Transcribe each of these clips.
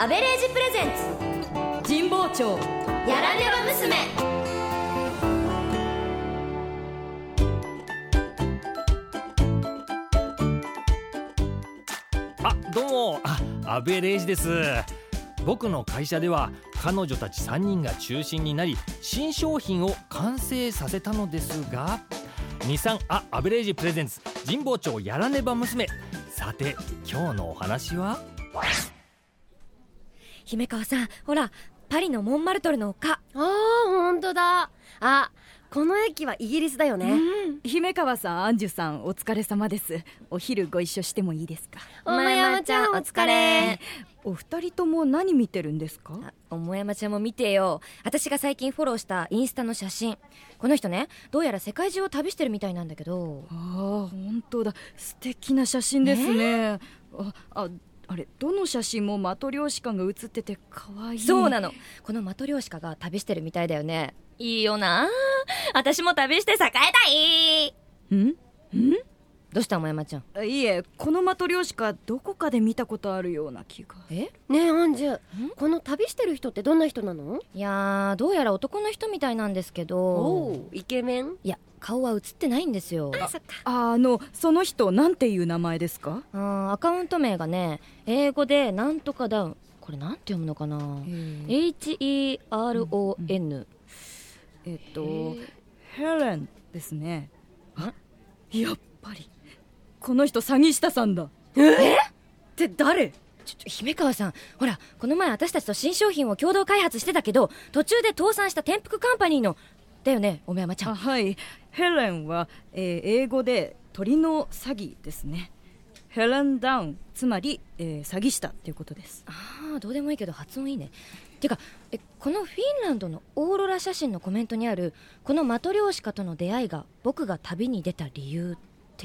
アベレージプレゼンツ神保町やらねば娘。 どうも、アベレージです。僕の会社では彼女たち3人が中心になり新商品を完成させたのですが、日産アベレージプレゼンツ神保町やらねば娘。さて今日のお話は、 姫川さん、ほらパリのモンマルトルの丘。 ほんとだ。この駅はイギリスだよね。 姫川さん、アンジュさん、お疲れ様です。お昼ご一緒してもいいですか？ 桃山ちゃんお疲れ。 お二人とも何見てるんですか？ 桃山ちゃんも見てよ。私が最近フォローしたインスタの写真。この人ね、どうやら世界中を旅してるみたいなんだけど。 本当だ、素敵な写真ですね。あれ、どの写真もマトリョーシカが写ってて可愛い。 そうなの。このマトリョーシカが旅してるみたいだよね。いいよな。私も旅して栄えたい。どうした桃山ちゃん？ いえ、このマトリョーシカどこかで見たことあるような気が。 ねえアンジュ、この旅してる人ってどんな人なの？ いやー、どうやら男の人みたいなんですけど。 イケメン？ いや、顔は写ってないんですよ。 そっか。 その人なんていう名前ですか？ アカウント名がね、英語でなんとかダウン。これなんて読むのかな。HERON。 ヘレンですね。やっぱりこの人詐欺師さんだ。 って誰？ 姫川さん、ほらこの前私たちと新商品を共同開発してたけど、途中で倒産した転覆カンパニーのだよね、桃山ちゃん。 はい、ヘレンは、英語で鳥の詐欺ですね。ヘレンダウン、つまり、詐欺したっていうことです。 どうでもいいけど発音いいね。てかこのフィンランドのオーロラ写真のコメントにある、このマトリョーシカとの出会いが僕が旅に出た理由って、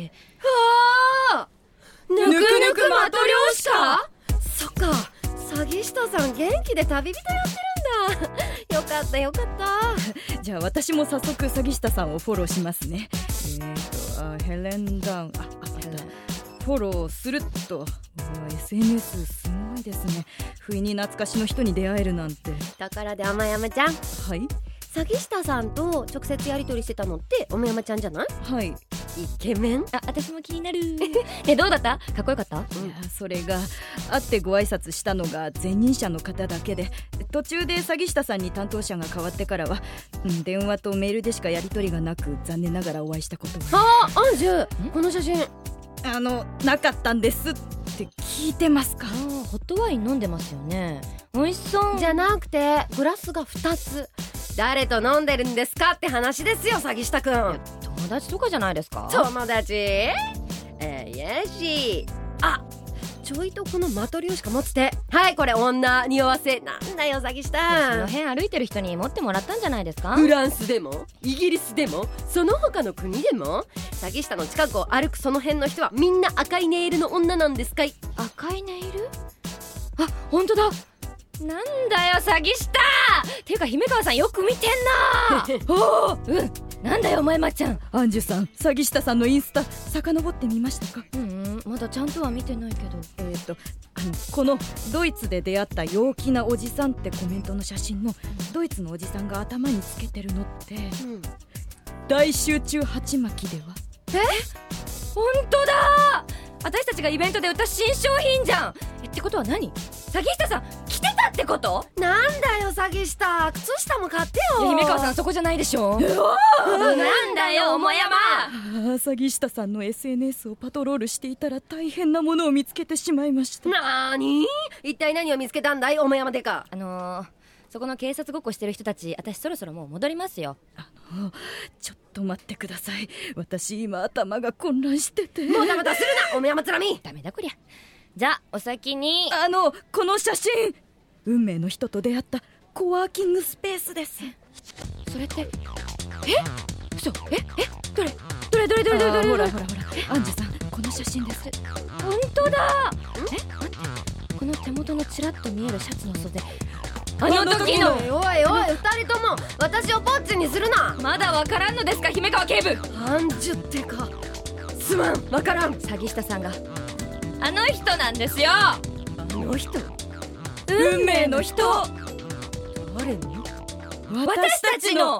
ぬくぬくマトリョーシカ？そっか、詐欺師さん元気で旅人やってるんだ。よかったよかった。 じゃあ私も早速詐欺師さんをフォローしますね。ヘレンダウン、フォローすると。SNS すごいですね。不意に懐かしの人に出会えるなんて。 だからで桃山ちゃん、 はい、 詐欺師さんと直接やり取りしてたのって桃山ちゃんじゃない？ はい。 イケメン？ 私も気になる。どうだった？かっこよかった？ いや、それが会ってご挨拶したのが前任者の方だけで、途中で詐欺師さんに担当者が変わってからは、電話とメールでしかやり取りがなく、残念ながらお会いしたことは。 アンジュ、この写真なかったんですって聞いてますか？ ホットワイン飲んでますよね。美味しそう。 じゃなくてグラスが2つ。誰と飲んでるんですかって話ですよ、詐欺師くん。 友達とかじゃないですか？ 友達？よし。ちょいとこのマトリョーシカ持つて。はい、これ女匂わせ。なんだよ詐欺師その辺歩いてる人に持ってもらったんじゃないですか？ フランスでもイギリスでもその他の国でも詐欺師の近くを歩くその辺の人はみんな赤いネイルの女なんですかい？ 赤いネイル？ほんとだ。なんだよ詐欺師っていうか姫川さんよく見てんな。なんだよ前松ちゃん。 アンジュさん、詐欺師さんのインスタ遡ってみましたか？ まだちゃんとは見てないけど。 このドイツで出会った陽気なおじさんってコメントの写真のドイツのおじさんが頭につけてるのって、大集中鉢巻きでは？ ほんとだ。私たちがイベントで売った新商品じゃん。ってことは何？詐欺師さん来てたってこと？ なんだよ詐欺師さん、靴下も買ってよ。 姫川さんそこじゃないでしょ。なんだよ桃山。 詐欺師さんの SNS をパトロールしていたら大変なものを見つけてしまいました。 なーに？一体何を見つけたんだい桃山でか？ そこの警察ごっこしてる人たち、私そろそろもう戻りますよ。 ちょっと待ってください。私今頭が混乱してて。 もたもたするな桃山つらみ。 ダメだこりゃ。じゃあお先に。 この写真、運命の人と出会ったコワーキングスペースです。 それって嘘？どれ？ ほらアンジュさん、この写真です。 ほんとだ。待って、この手元のチラッと見えるシャツの袖、あの時の。 おい二人とも私をぼっちにするな。 まだわからんのですか姫川警部？ アンジュってか、すまん、わからん。 詐欺師さんがあの人なんですよ。 あの人？ 運命の人。 誰の？ 私たちの。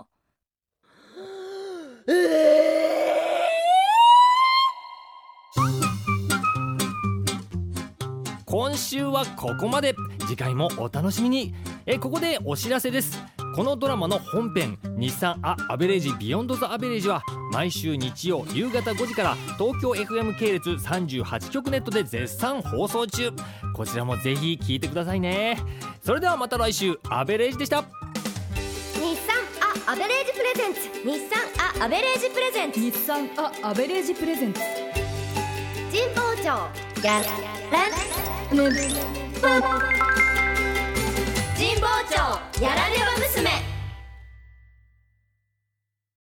今週はここまで。次回もお楽しみに。ここでお知らせです。このドラマの本編日産アベレージビヨンドザアベレージは毎週日曜夕方5時から東京 FM 系列38局ネットで絶賛放送中。こちらもぜひ聞いてくださいね。それではまた来週。アベレージでした。 日産アベレージプレゼンツ。日産アベレージプレゼンツ。 日産アベレージプレゼンツ。 神保町やられ神保町やられば娘。